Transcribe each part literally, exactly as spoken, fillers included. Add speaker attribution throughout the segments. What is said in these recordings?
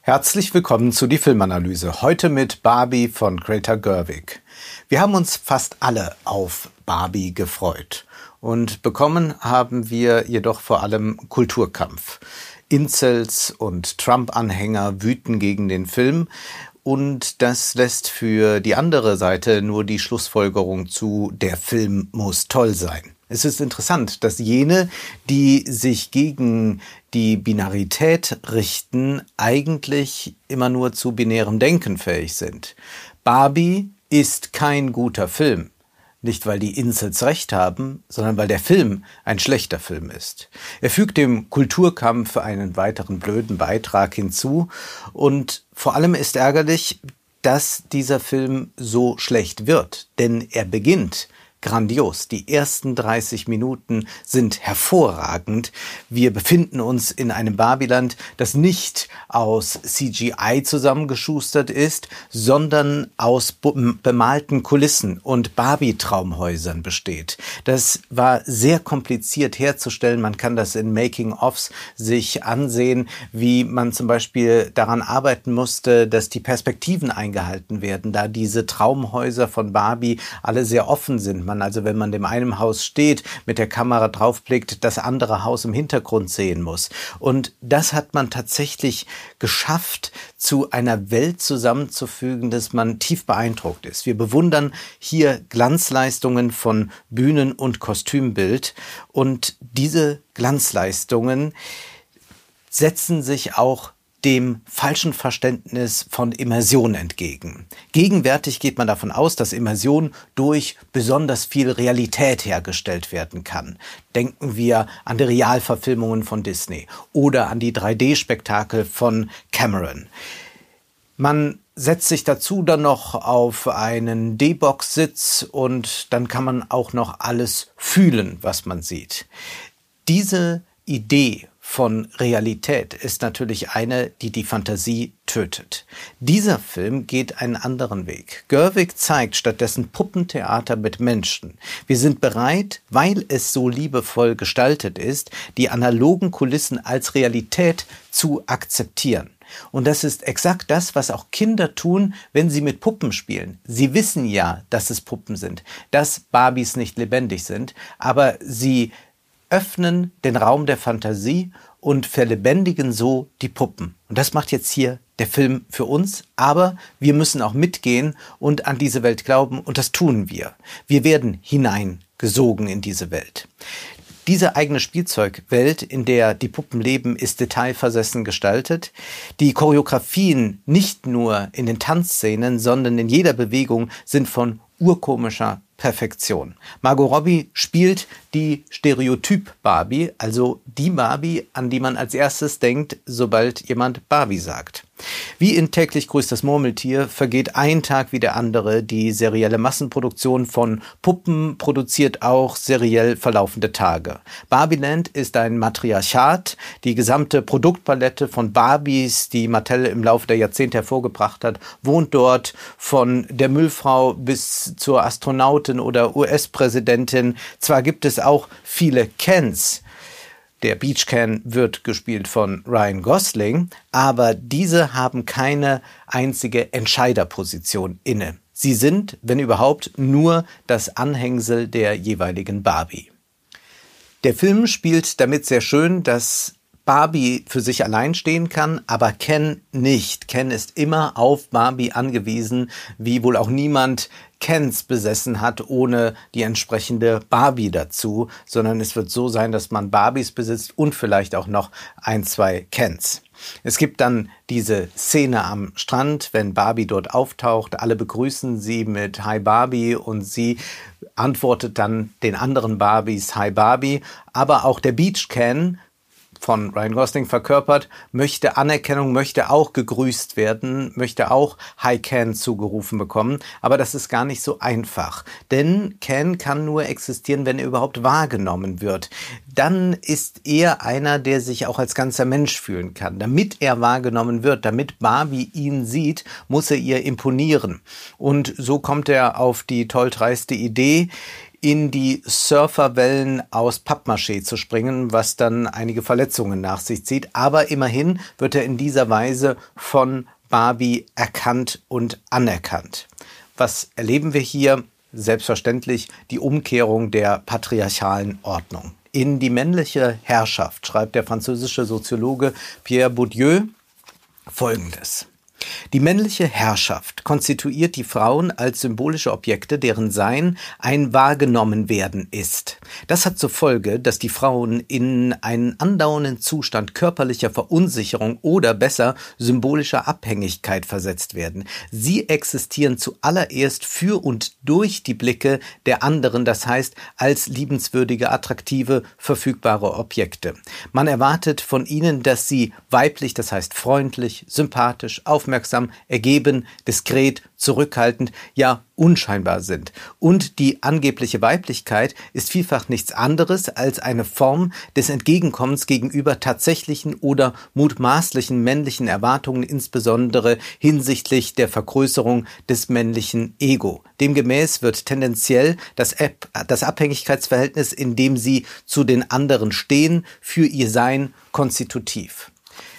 Speaker 1: Herzlich willkommen zu die Filmanalyse. Heute mit Barbie von Greta Gerwig. Wir haben uns fast alle auf Barbie gefreut. Und bekommen haben wir jedoch vor allem Kulturkampf. Incels und Trump-Anhänger wüten gegen den Film. Und das lässt für die andere Seite nur die Schlussfolgerung zu, der Film muss toll sein. Es ist interessant, dass jene, die sich gegen die Binarität richten, eigentlich immer nur zu binärem Denken fähig sind. Barbie ist kein guter Film. Nicht, weil die Incels recht haben, sondern weil der Film ein schlechter Film ist. Er fügt dem Kulturkampf einen weiteren blöden Beitrag hinzu. Und vor allem ist ärgerlich, dass dieser Film so schlecht wird. Denn er beginnt grandios. Die ersten dreißig Minuten sind hervorragend. Wir befinden uns in einem Barbieland, das nicht aus C G I zusammengeschustert ist, sondern aus bemalten Kulissen und Barbie-Traumhäusern besteht. Das war sehr kompliziert herzustellen. Man kann das in Making-ofs sich ansehen, wie man zum Beispiel daran arbeiten musste, dass die Perspektiven eingehalten werden, da diese Traumhäuser von Barbie alle sehr offen sind. Man also, wenn man dem einen Haus steht, mit der Kamera draufblickt, das andere Haus im Hintergrund sehen muss. Und das hat man tatsächlich geschafft, zu einer Welt zusammenzufügen, dass man tief beeindruckt ist. Wir bewundern hier Glanzleistungen von Bühnen- und Kostümbild. Und diese Glanzleistungen setzen sich auch dem falschen Verständnis von Immersion entgegen. Gegenwärtig geht man davon aus, dass Immersion durch besonders viel Realität hergestellt werden kann. Denken wir an die Realverfilmungen von Disney oder an die drei D-Spektakel von Cameron. Man setzt sich dazu dann noch auf einen D-Box-Sitz und dann kann man auch noch alles fühlen, was man sieht. Diese Idee von Realität ist natürlich eine, die die Fantasie tötet. Dieser Film geht einen anderen Weg. Gerwig zeigt stattdessen Puppentheater mit Menschen. Wir sind bereit, weil es so liebevoll gestaltet ist, die analogen Kulissen als Realität zu akzeptieren. Und das ist exakt das, was auch Kinder tun, wenn sie mit Puppen spielen. Sie wissen ja, dass es Puppen sind, dass Barbies nicht lebendig sind, aber sie öffnen den Raum der Fantasie und verlebendigen so die Puppen. Und das macht jetzt hier der Film für uns, aber wir müssen auch mitgehen und an diese Welt glauben und das tun wir. Wir werden hineingesogen in diese Welt. Diese eigene Spielzeugwelt, in der die Puppen leben, ist detailversessen gestaltet. Die Choreografien nicht nur in den Tanzszenen, sondern in jeder Bewegung sind von urkomischer Perfektion. Margot Robbie spielt die Stereotyp-Barbie, also die Barbie, an die man als erstes denkt, sobald jemand Barbie sagt. Wie in Täglich grüßt das Murmeltier vergeht ein Tag wie der andere. Die serielle Massenproduktion von Puppen produziert auch seriell verlaufende Tage. Barbieland ist ein Matriarchat. Die gesamte Produktpalette von Barbies, die Mattel im Laufe der Jahrzehnte hervorgebracht hat, wohnt dort, von der Müllfrau bis zur Astronautin oder U S-Präsidentin. Zwar gibt es auch viele Kens. Der Beach Ken wird gespielt von Ryan Gosling, aber diese haben keine einzige Entscheiderposition inne. Sie sind, wenn überhaupt, nur das Anhängsel der jeweiligen Barbie. Der Film spielt damit sehr schön, dass Barbie für sich allein stehen kann, aber Ken nicht. Ken ist immer auf Barbie angewiesen, wie wohl auch niemand Kens besessen hat, ohne die entsprechende Barbie dazu, sondern es wird so sein, dass man Barbies besitzt und vielleicht auch noch ein, zwei Kens. Es gibt dann diese Szene am Strand, wenn Barbie dort auftaucht, alle begrüßen sie mit Hi Barbie und sie antwortet dann den anderen Barbies Hi Barbie, aber auch der Beach Ken, von Ryan Gosling verkörpert, möchte Anerkennung, möchte auch gegrüßt werden, möchte auch Hi Ken zugerufen bekommen. Aber das ist gar nicht so einfach. Denn Ken kann nur existieren, wenn er überhaupt wahrgenommen wird. Dann ist er einer, der sich auch als ganzer Mensch fühlen kann. Damit er wahrgenommen wird, damit Barbie ihn sieht, muss er ihr imponieren. Und so kommt er auf die toll dreiste Idee, in die Surferwellen aus Pappmaché zu springen, was dann einige Verletzungen nach sich zieht. Aber immerhin wird er in dieser Weise von Barbie erkannt und anerkannt. Was erleben wir hier? Selbstverständlich die Umkehrung der patriarchalen Ordnung. In Die männliche Herrschaft schreibt der französische Soziologe Pierre Bourdieu Folgendes: Die männliche Herrschaft konstituiert die Frauen als symbolische Objekte, deren Sein ein Wahrgenommenwerden ist. Das hat zur Folge, dass die Frauen in einen andauernden Zustand körperlicher Verunsicherung oder besser symbolischer Abhängigkeit versetzt werden. Sie existieren zuallererst für und durch die Blicke der anderen, das heißt als liebenswürdige, attraktive, verfügbare Objekte. Man erwartet von ihnen, dass sie weiblich, das heißt freundlich, sympathisch, aufmerksam, aufmerksam, ergeben, diskret, zurückhaltend, ja unscheinbar sind. Und die angebliche Weiblichkeit ist vielfach nichts anderes als eine Form des Entgegenkommens gegenüber tatsächlichen oder mutmaßlichen männlichen Erwartungen, insbesondere hinsichtlich der Vergrößerung des männlichen Ego. Demgemäß wird tendenziell das, das Abhängigkeitsverhältnis, in dem sie zu den anderen stehen, für ihr Sein konstitutiv.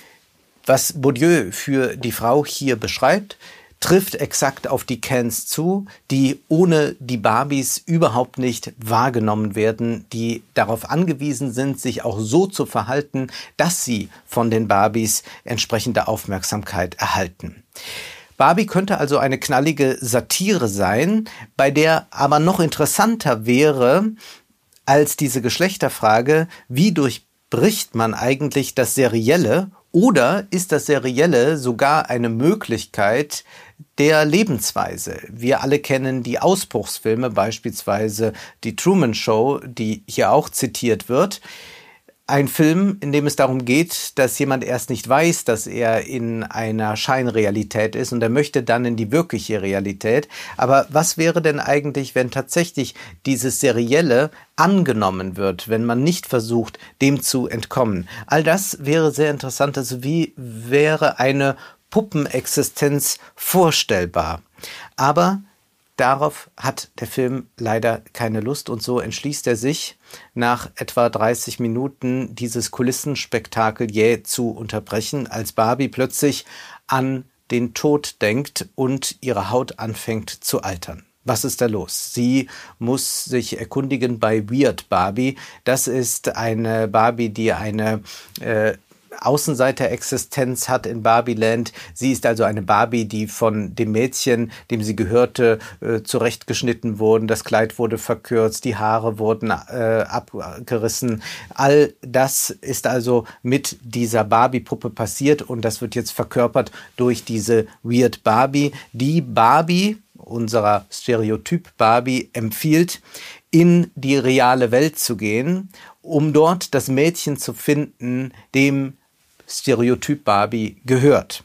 Speaker 1: Was Bourdieu für die Frau hier beschreibt, trifft exakt auf die Kens zu, die ohne die Barbies überhaupt nicht wahrgenommen werden, die darauf angewiesen sind, sich auch so zu verhalten, dass sie von den Barbies entsprechende Aufmerksamkeit erhalten. Barbie könnte also eine knallige Satire sein, bei der aber noch interessanter wäre als diese Geschlechterfrage, wie durchbricht man eigentlich das Serielle? Oder ist das Serielle sogar eine Möglichkeit der Lebensweise? Wir alle kennen die Ausbruchsfilme, beispielsweise die Truman Show, die hier auch zitiert wird. Ein Film, in dem es darum geht, dass jemand erst nicht weiß, dass er in einer Scheinrealität ist und er möchte dann in die wirkliche Realität. Aber was wäre denn eigentlich, wenn tatsächlich dieses Serielle angenommen wird, wenn man nicht versucht, dem zu entkommen? All das wäre sehr interessant. Also wie wäre eine Puppenexistenz vorstellbar? Aber darauf hat der Film leider keine Lust und so entschließt er sich, nach etwa dreißig Minuten dieses Kulissenspektakel jäh zu unterbrechen, als Barbie plötzlich an den Tod denkt und ihre Haut anfängt zu altern. Was ist da los? Sie muss sich erkundigen bei Weird Barbie. Das ist eine Barbie, die eine äh, Außenseiter-Existenz hat in Barbieland. Sie ist also eine Barbie, die von dem Mädchen, dem sie gehörte, äh, zurechtgeschnitten wurden. Das Kleid wurde verkürzt, die Haare wurden äh, abgerissen. All das ist also mit dieser Barbie-Puppe passiert und das wird jetzt verkörpert durch diese Weird Barbie. Die Barbie, unserer Stereotyp Barbie, empfiehlt, in die reale Welt zu gehen, um dort das Mädchen zu finden, dem Stereotyp Barbie gehört.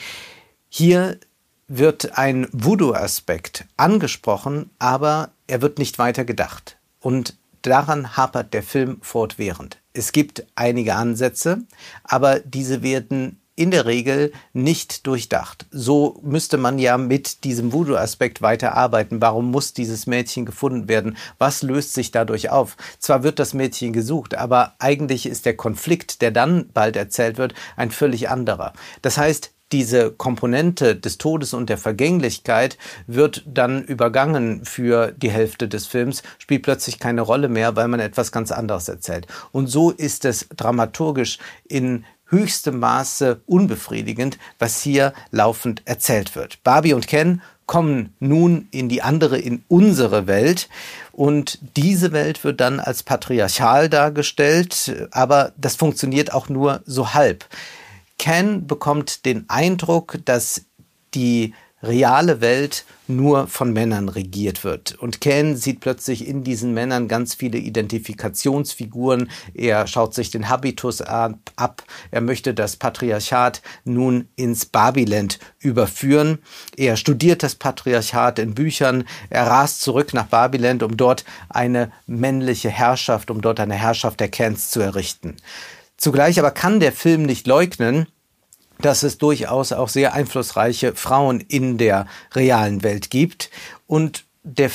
Speaker 1: Hier wird ein Voodoo-Aspekt angesprochen, aber er wird nicht weiter gedacht. Und daran hapert der Film fortwährend. Es gibt einige Ansätze, aber diese werden in der Regel nicht durchdacht. So müsste man ja mit diesem Voodoo-Aspekt weiterarbeiten. Warum muss dieses Mädchen gefunden werden? Was löst sich dadurch auf? Zwar wird das Mädchen gesucht, aber eigentlich ist der Konflikt, der dann bald erzählt wird, ein völlig anderer. Das heißt, diese Komponente des Todes und der Vergänglichkeit wird dann übergangen für die Hälfte des Films, spielt plötzlich keine Rolle mehr, weil man etwas ganz anderes erzählt. Und so ist es dramaturgisch in höchstem Maße unbefriedigend, was hier laufend erzählt wird. Barbie und Ken kommen nun in die andere, in unsere Welt und diese Welt wird dann als patriarchal dargestellt, aber das funktioniert auch nur so halb. Ken bekommt den Eindruck, dass die reale Welt nur von Männern regiert wird. Und Ken sieht plötzlich in diesen Männern ganz viele Identifikationsfiguren. Er schaut sich den Habitus ab. Er möchte das Patriarchat nun ins Barbieland überführen. Er studiert das Patriarchat in Büchern. Er rast zurück nach Barbieland, um dort eine männliche Herrschaft, um dort eine Herrschaft der Kens zu errichten. Zugleich aber kann der Film nicht leugnen, dass es durchaus auch sehr einflussreiche Frauen in der realen Welt gibt. Und der Film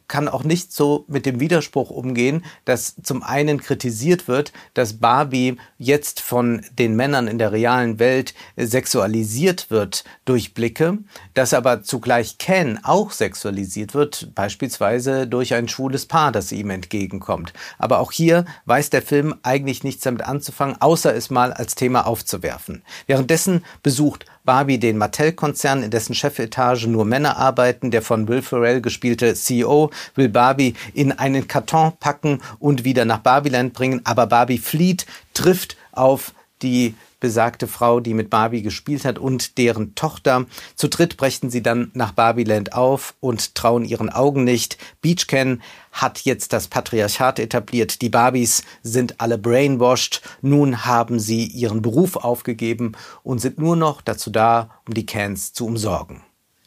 Speaker 1: kann auch nicht so mit dem Widerspruch umgehen, dass zum einen kritisiert wird, dass Barbie jetzt von den Männern in der realen Welt sexualisiert wird durch Blicke, dass aber zugleich Ken auch sexualisiert wird, beispielsweise durch ein schwules Paar, das ihm entgegenkommt. Aber auch hier weiß der Film eigentlich nichts damit anzufangen, außer es mal als Thema aufzuwerfen. Währenddessen besucht Barbie den Mattel-Konzern, in dessen Chefetage nur Männer arbeiten. Der von Will Ferrell gespielte C E O will Barbie in einen Karton packen und wieder nach Barbieland bringen. Aber Barbie flieht, trifft auf die besagte Frau, die mit Barbie gespielt hat, und deren Tochter. Zu dritt brechen sie dann nach Barbieland auf und trauen ihren Augen nicht. Beach Ken hat jetzt das Patriarchat etabliert. Die Barbies sind alle brainwashed. Nun haben sie ihren Beruf aufgegeben und sind nur noch dazu da, um die Kens zu umsorgen.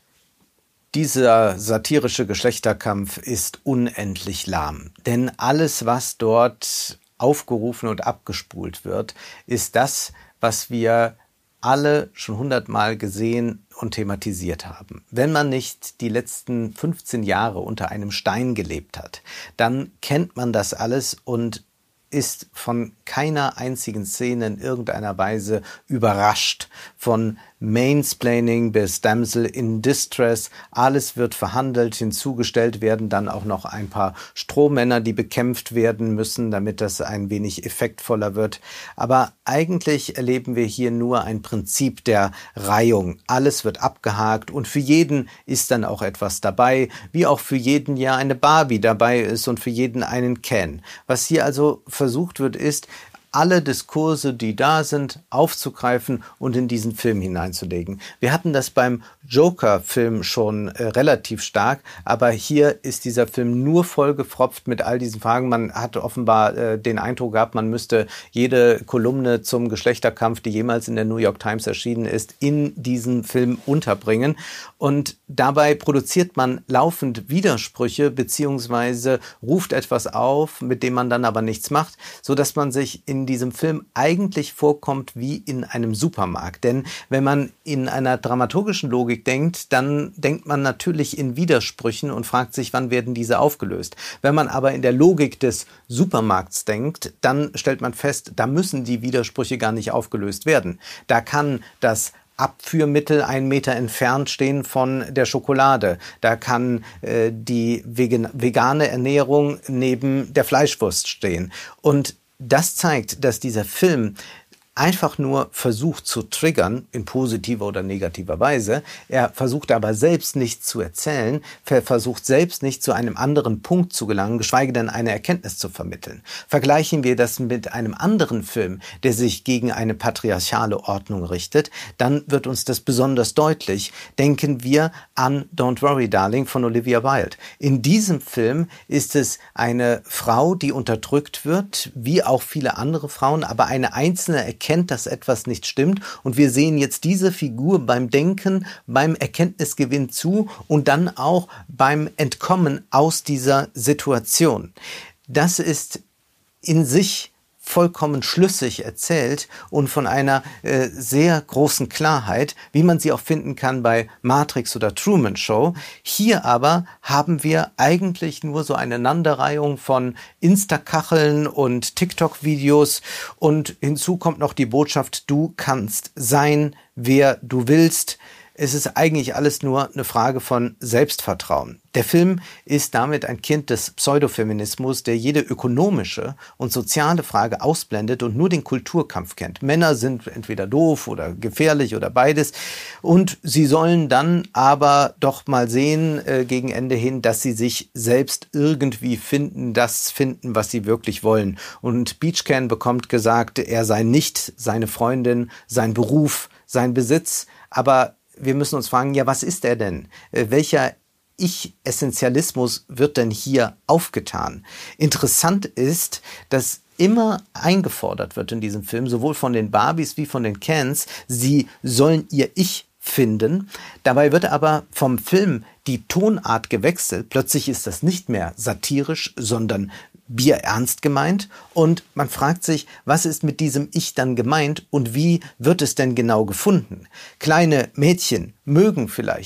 Speaker 1: Dieser satirische Geschlechterkampf ist unendlich lahm. Denn alles, was dort aufgerufen und abgespult wird, ist das, was wir alle schon hundertmal gesehen und thematisiert haben. Wenn man nicht die letzten fünfzehn Jahre unter einem Stein gelebt hat, dann kennt man das alles und ist von keiner einzigen Szene in irgendeiner Weise überrascht. Von Mansplaining bis Damsel in Distress, alles wird verhandelt. Hinzugestellt werden dann auch noch ein paar Strohmänner, die bekämpft werden müssen, damit das ein wenig effektvoller wird. Aber eigentlich erleben wir hier nur ein Prinzip der Reihung. Alles wird abgehakt und für jeden ist dann auch etwas dabei, wie auch für jeden ja eine Barbie dabei ist und für jeden einen Ken. Was hier also versucht wird, ist, alle Diskurse, die da sind, aufzugreifen und in diesen Film hineinzulegen. Wir hatten das beim Joker-Film schon äh, relativ stark, aber hier ist dieser Film nur vollgepfropft mit all diesen Fragen. Man hat offenbar äh, den Eindruck gehabt, man müsste jede Kolumne zum Geschlechterkampf, die jemals in der New York Times erschienen ist, in diesen Film unterbringen. Und dabei produziert man laufend Widersprüche beziehungsweise ruft etwas auf, mit dem man dann aber nichts macht, sodass man sich in diesem Film eigentlich vorkommt wie in einem Supermarkt. Denn wenn man in einer dramaturgischen Logik denkt, dann denkt man natürlich in Widersprüchen und fragt sich, wann werden diese aufgelöst. Wenn man aber in der Logik des Supermarkts denkt, dann stellt man fest, da müssen die Widersprüche gar nicht aufgelöst werden. Da kann das Abführmittel einen Meter entfernt stehen von der Schokolade. Da kann äh, die vegan- vegane Ernährung neben der Fleischwurst stehen. Und das zeigt, dass dieser Film einfach nur versucht zu triggern, in positiver oder negativer Weise. Er versucht aber selbst nicht zu erzählen, er versucht selbst nicht zu einem anderen Punkt zu gelangen, geschweige denn eine Erkenntnis zu vermitteln. Vergleichen wir das mit einem anderen Film, der sich gegen eine patriarchale Ordnung richtet, dann wird uns das besonders deutlich. Denken wir an Don't Worry Darling von Olivia Wilde. In diesem Film ist es eine Frau, die unterdrückt wird, wie auch viele andere Frauen, aber eine einzelne erkennt, dass etwas nicht stimmt, und wir sehen jetzt diese Figur beim Denken, beim Erkenntnisgewinn zu und dann auch beim Entkommen aus dieser Situation. Das ist in sich vollkommen schlüssig erzählt und von einer äh, sehr großen Klarheit, wie man sie auch finden kann bei Matrix oder Truman Show. Hier aber haben wir eigentlich nur so eine Aneinanderreihung von Insta-Kacheln und TikTok-Videos, und hinzu kommt noch die Botschaft, du kannst sein, wer du willst. Es ist eigentlich alles nur eine Frage von Selbstvertrauen. Der Film ist damit ein Kind des Pseudofeminismus, der jede ökonomische und soziale Frage ausblendet und nur den Kulturkampf kennt. Männer sind entweder doof oder gefährlich oder beides. Und sie sollen dann aber doch mal sehen, äh, gegen Ende hin, dass sie sich selbst irgendwie finden, das finden, was sie wirklich wollen. Und Beach Ken bekommt gesagt, er sei nicht seine Freundin, sein Beruf, sein Besitz, aber wir müssen uns fragen, ja, was ist er denn? Äh, welcher Ich-Essentialismus wird denn hier aufgetan? Interessant ist, dass immer eingefordert wird in diesem Film, sowohl von den Barbies wie von den Kens, sie sollen ihr Ich finden. Dabei wird aber vom Film die Tonart gewechselt. Plötzlich ist das nicht mehr satirisch, sondern bierernst gemeint, und man fragt sich, was ist mit diesem Ich dann gemeint und wie wird es denn genau gefunden? Kleine Mädchen mögen vielleicht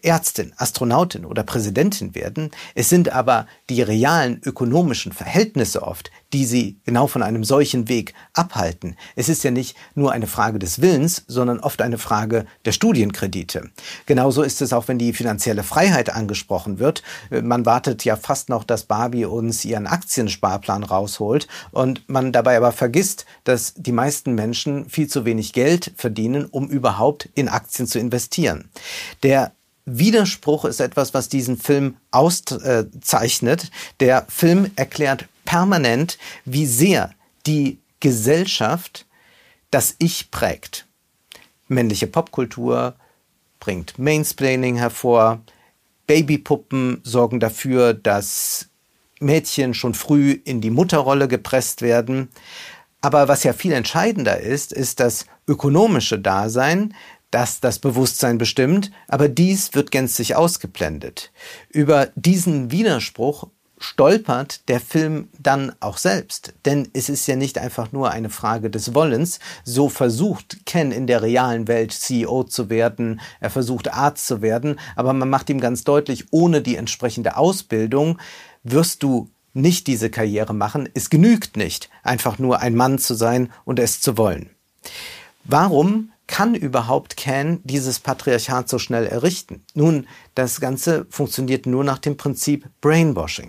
Speaker 1: Ärztin, Astronautin oder Präsidentin werden. Es sind aber die realen ökonomischen Verhältnisse oft, die sie genau von einem solchen Weg abhalten. Es ist ja nicht nur eine Frage des Willens, sondern oft eine Frage der Studienkredite. Genauso ist es auch, wenn die finanzielle Freiheit angesprochen wird. Man wartet ja fast noch, dass Barbie uns ihren Aktiensparplan rausholt und man dabei aber vergisst, dass die meisten Menschen viel zu wenig Geld verdienen, um überhaupt in Aktien zu investieren. Der Widerspruch ist etwas, was diesen Film auszeichnet. Der Film erklärt permanent, wie sehr die Gesellschaft das Ich prägt. Männliche Popkultur bringt Mansplaining hervor. Babypuppen sorgen dafür, dass Mädchen schon früh in die Mutterrolle gepresst werden. Aber was ja viel entscheidender ist, ist das ökonomische Dasein, das das Bewusstsein bestimmt, aber dies wird gänzlich ausgeblendet. Über diesen Widerspruch stolpert der Film dann auch selbst, denn es ist ja nicht einfach nur eine Frage des Wollens. So versucht Ken in der realen Welt C E O zu werden, er versucht Arzt zu werden, aber man macht ihm ganz deutlich, ohne die entsprechende Ausbildung wirst du nicht diese Karriere machen. Es genügt nicht, einfach nur ein Mann zu sein und es zu wollen. Warum kann überhaupt Ken dieses Patriarchat so schnell errichten? Nun, das Ganze funktioniert nur nach dem Prinzip Brainwashing.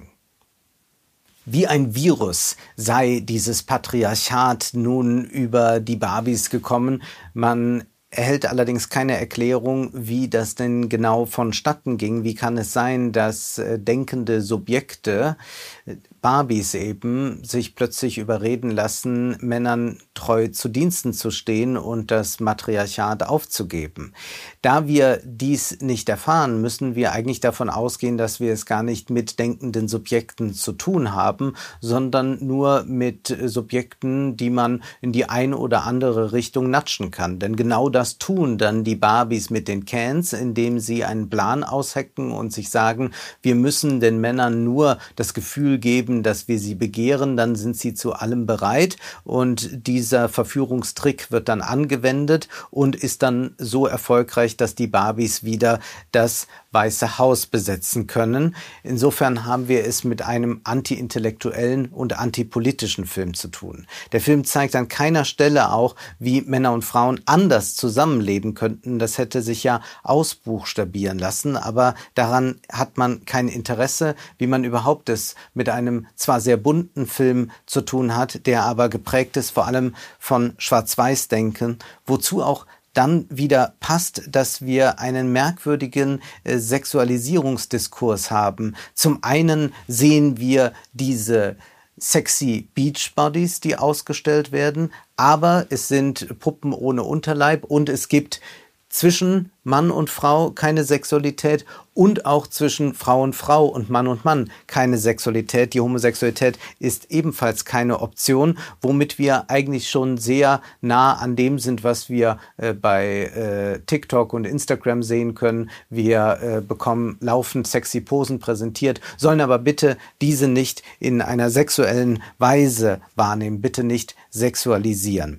Speaker 1: Wie ein Virus sei dieses Patriarchat nun über die Barbies gekommen. Man erhält allerdings keine Erklärung, wie das denn genau vonstatten ging. Wie kann es sein, dass äh, denkende Subjekte, äh, Barbies eben, sich plötzlich überreden lassen, Männern treu zu Diensten zu stehen und das Matriarchat aufzugeben? Da wir dies nicht erfahren, müssen wir eigentlich davon ausgehen, dass wir es gar nicht mit denkenden Subjekten zu tun haben, sondern nur mit äh, Subjekten, die man in die eine oder andere Richtung natschen kann. Denn genau das tun dann die Barbies mit den Kens, indem sie einen Plan aushecken und sich sagen, wir müssen den Männern nur das Gefühl geben, dass wir sie begehren, dann sind sie zu allem bereit und dieser Verführungstrick wird dann angewendet und ist dann so erfolgreich, dass die Barbies wieder das Weiße Haus besetzen können. Insofern haben wir es mit einem anti-intellektuellen und antipolitischen Film zu tun. Der Film zeigt an keiner Stelle auch, wie Männer und Frauen anders zusammenleben könnten. Das hätte sich ja ausbuchstabieren lassen, aber daran hat man kein Interesse, wie man überhaupt es mit einem zwar sehr bunten Film zu tun hat, der aber geprägt ist vor allem von Schwarz-Weiß-Denken, wozu auch dann wieder passt, dass wir einen merkwürdigen äh, Sexualisierungsdiskurs haben. Zum einen sehen wir diese sexy Beachbodies, die ausgestellt werden, aber es sind Puppen ohne Unterleib und es gibt zwischen Mann und Frau keine Sexualität und auch zwischen Frau und Frau und Mann und Mann keine Sexualität. Die Homosexualität ist ebenfalls keine Option, womit wir eigentlich schon sehr nah an dem sind, was wir äh, bei äh, TikTok und Instagram sehen können. Wir äh, bekommen laufend sexy Posen präsentiert, sollen aber bitte diese nicht in einer sexuellen Weise wahrnehmen, bitte nicht sexualisieren.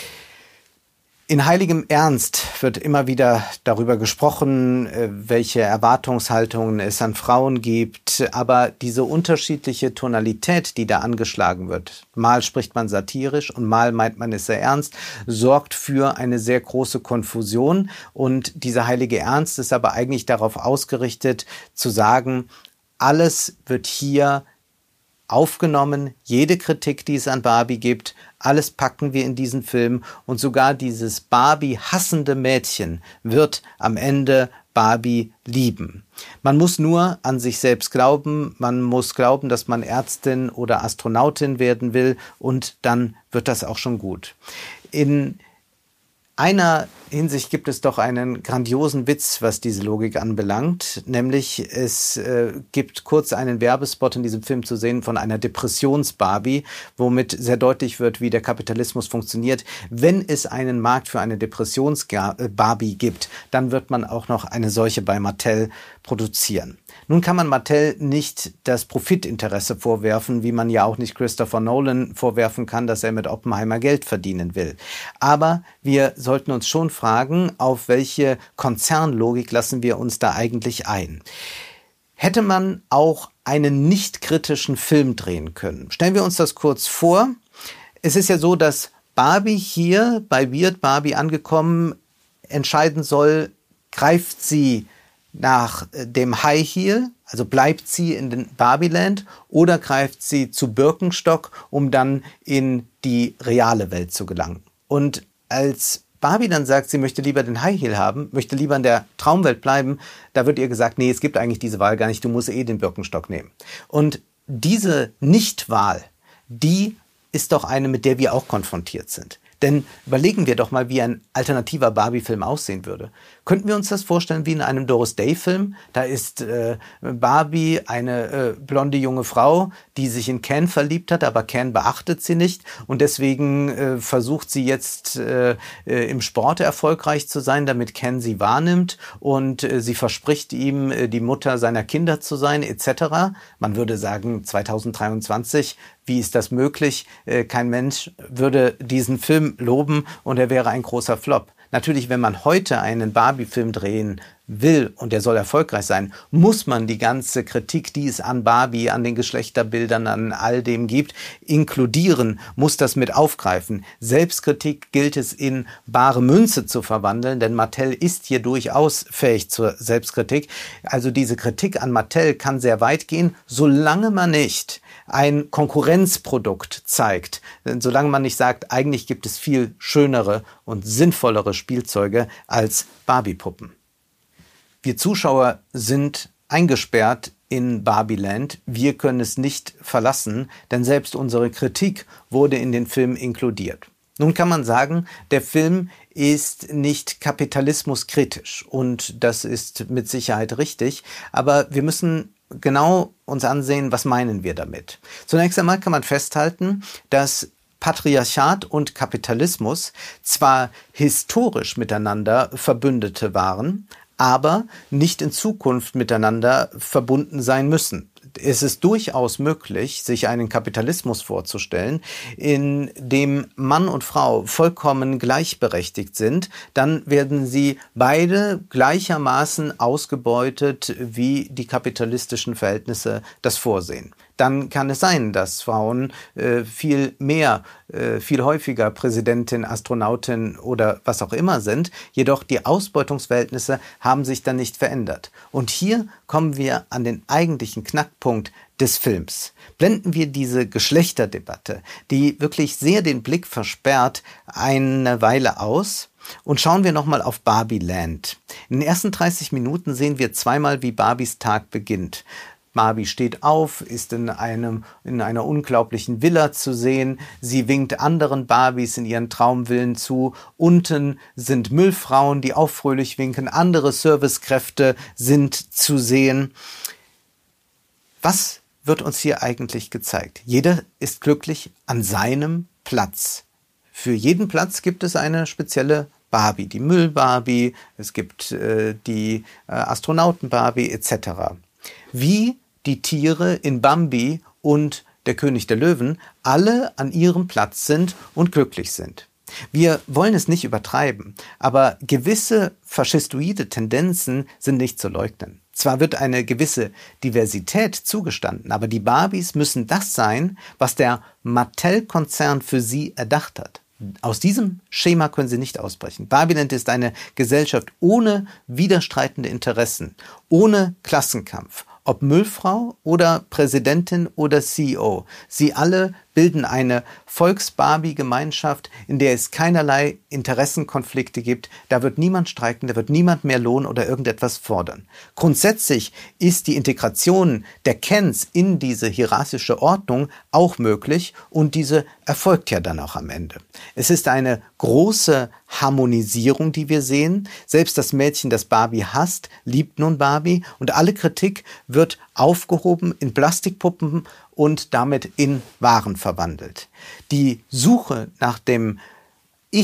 Speaker 1: In heiligem Ernst wird immer wieder darüber gesprochen, welche Erwartungshaltungen es an Frauen gibt, aber diese unterschiedliche Tonalität, die da angeschlagen wird, mal spricht man satirisch und mal meint man es sehr ernst, sorgt für eine sehr große Konfusion und dieser heilige Ernst ist aber eigentlich darauf ausgerichtet, zu sagen, alles wird hier aufgenommen, jede Kritik, die es an Barbie gibt, alles packen wir in diesen Film und sogar dieses Barbie-hassende Mädchen wird am Ende Barbie lieben. Man muss nur an sich selbst glauben, man muss glauben, dass man Ärztin oder Astronautin werden will und dann wird das auch schon gut. In einer Hinsicht gibt es doch einen grandiosen Witz, was diese Logik anbelangt, nämlich es äh, gibt kurz einen Werbespot in diesem Film zu sehen von einer Depressions-Barbie, womit sehr deutlich wird, wie der Kapitalismus funktioniert. Wenn es einen Markt für eine Depressions-Barbie gibt, dann wird man auch noch eine solche bei Mattel produzieren. Nun kann man Mattel nicht das Profitinteresse vorwerfen, wie man ja auch nicht Christopher Nolan vorwerfen kann, dass er mit Oppenheimer Geld verdienen will. Aber wir sollten uns schon fragen, auf welche Konzernlogik lassen wir uns da eigentlich ein? Hätte man auch einen nicht kritischen Film drehen können? Stellen wir uns das kurz vor. Es ist ja so, dass Barbie hier bei Weird Barbie angekommen entscheiden soll, greift sie nach dem High Heel, also bleibt sie in den Barbieland, oder greift sie zu Birkenstock, um dann in die reale Welt zu gelangen. Und als Barbie dann sagt, sie möchte lieber den High Heel haben, möchte lieber in der Traumwelt bleiben, da wird ihr gesagt, nee, es gibt eigentlich diese Wahl gar nicht, du musst eh den Birkenstock nehmen. Und diese Nichtwahl, die ist doch eine, mit der wir auch konfrontiert sind. Denn überlegen wir doch mal, wie ein alternativer Barbie-Film aussehen würde. Könnten wir uns das vorstellen wie in einem Doris Day-Film? Da ist äh, Barbie eine äh, blonde junge Frau, die sich in Ken verliebt hat, aber Ken beachtet sie nicht. Und deswegen äh, versucht sie jetzt äh, äh, im Sport erfolgreich zu sein, damit Ken sie wahrnimmt. Und äh, sie verspricht ihm, äh, die Mutter seiner Kinder zu sein, et cetera. Man würde sagen, zweitausenddreiundzwanzig, wie ist das möglich? Äh, kein Mensch würde diesen Film loben und er wäre ein großer Flop. Natürlich, wenn man heute einen Barbie-Film drehen will und der soll erfolgreich sein, muss man die ganze Kritik, die es an Barbie, an den Geschlechterbildern, an all dem gibt, inkludieren, muss das mit aufgreifen. Selbstkritik gilt es in bare Münze zu verwandeln, denn Mattel ist hier durchaus fähig zur Selbstkritik. Also diese Kritik an Mattel kann sehr weit gehen, solange man nicht ein Konkurrenzprodukt zeigt. Denn solange man nicht sagt, eigentlich gibt es viel schönere und sinnvollere Spielzeuge als Barbie-Puppen. Wir Zuschauer sind eingesperrt in Barbieland. Wir können es nicht verlassen, denn selbst unsere Kritik wurde in den Film inkludiert. Nun kann man sagen, der Film ist nicht kapitalismuskritisch und das ist mit Sicherheit richtig, aber wir müssen genau uns ansehen, was meinen wir damit. Zunächst einmal kann man festhalten, dass Patriarchat und Kapitalismus zwar historisch miteinander Verbündete waren, aber nicht in Zukunft miteinander verbunden sein müssen. Es ist durchaus möglich, sich einen Kapitalismus vorzustellen, in dem Mann und Frau vollkommen gleichberechtigt sind. Dann werden sie beide gleichermaßen ausgebeutet, wie die kapitalistischen Verhältnisse das vorsehen. Dann kann es sein, dass Frauen äh, viel mehr, äh, viel häufiger Präsidentin, Astronautin oder was auch immer sind. Jedoch die Ausbeutungsverhältnisse haben sich dann nicht verändert. Und hier kommen wir an den eigentlichen Knackpunkt des Films. Blenden wir diese Geschlechterdebatte, die wirklich sehr den Blick versperrt, eine Weile aus. Und schauen wir nochmal auf Barbieland. In den ersten dreißig Minuten sehen wir zweimal, wie Barbies Tag beginnt. Barbie steht auf, ist in einem, in einer unglaublichen Villa zu sehen. Sie winkt anderen Barbies in ihren Traumvillen zu. Unten sind Müllfrauen, die auch fröhlich winken. Andere Servicekräfte sind zu sehen. Was wird uns hier eigentlich gezeigt? Jeder ist glücklich an seinem Platz. Für jeden Platz gibt es eine spezielle Barbie, die Müll-Barbie, es gibt äh, die äh, Astronauten-Barbie et cetera. Wie die Tiere in Bambi und der König der Löwen alle an ihrem Platz sind und glücklich sind. Wir wollen es nicht übertreiben, aber gewisse faschistoide Tendenzen sind nicht zu leugnen. Zwar wird eine gewisse Diversität zugestanden, aber die Barbies müssen das sein, was der Mattel-Konzern für sie erdacht hat. Aus diesem Schema können sie nicht ausbrechen. Barbieland ist eine Gesellschaft ohne widerstreitende Interessen, ohne Klassenkampf. Ob Müllfrau oder Präsidentin oder C E O. Sie alle bilden eine Volks-Barbie-Gemeinschaft, in der es keinerlei Interessenkonflikte gibt. Da wird niemand streiken, da wird niemand mehr Lohn oder irgendetwas fordern. Grundsätzlich ist die Integration der Kens in diese hierarchische Ordnung auch möglich und diese erfolgt ja dann auch am Ende. Es ist eine große Harmonisierung, die wir sehen. Selbst das Mädchen, das Barbie hasst, liebt nun Barbie und alle Kritik wird aufgehoben in Plastikpuppen und damit in Waren verwandelt. Die Suche nach dem Ich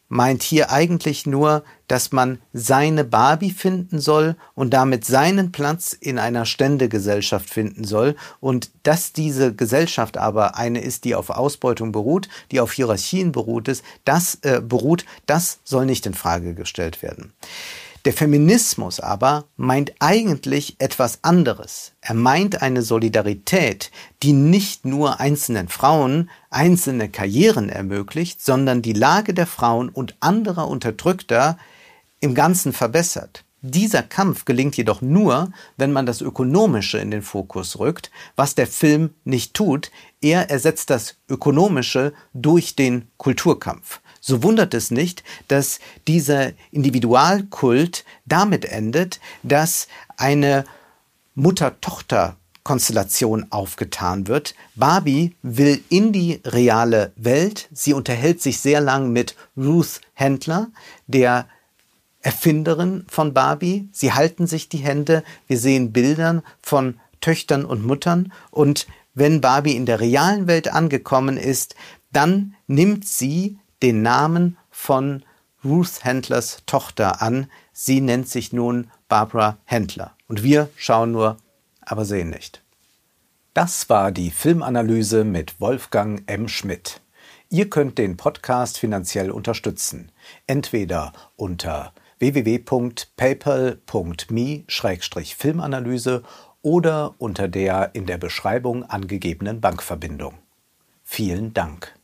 Speaker 1: meint hier eigentlich nur, dass man seine Barbie finden soll und damit seinen Platz in einer Ständegesellschaft finden soll und dass diese Gesellschaft aber eine ist, die auf Ausbeutung beruht, die auf Hierarchien beruht, ist, das, äh, beruht, das soll nicht in Frage gestellt werden. Der Feminismus aber meint eigentlich etwas anderes. Er meint eine Solidarität, die nicht nur einzelnen Frauen einzelne Karrieren ermöglicht, sondern die Lage der Frauen und anderer Unterdrückter im Ganzen verbessert. Dieser Kampf gelingt jedoch nur, wenn man das Ökonomische in den Fokus rückt, was der Film nicht tut. Er ersetzt das Ökonomische durch den Kulturkampf. So wundert es nicht, dass dieser Individualkult damit endet, dass eine Mutter-Tochter-Konstellation aufgetan wird. Barbie will in die reale Welt. Sie unterhält sich sehr lang mit Ruth Handler, der Erfinderin von Barbie. Sie halten sich die Hände. Wir sehen Bilder von Töchtern und Müttern. Und wenn Barbie in der realen Welt angekommen ist, dann nimmt sie den Namen von Ruth Handlers Tochter an. Sie nennt sich nun Barbara Handler. Und wir schauen nur, aber sehen nicht. Das war die Filmanalyse mit Wolfgang M. Schmidt. Ihr könnt den Podcast finanziell unterstützen. Entweder unter w w w punkt paypal punkt me slash filmanalyse oder unter der in der Beschreibung angegebenen Bankverbindung. Vielen Dank.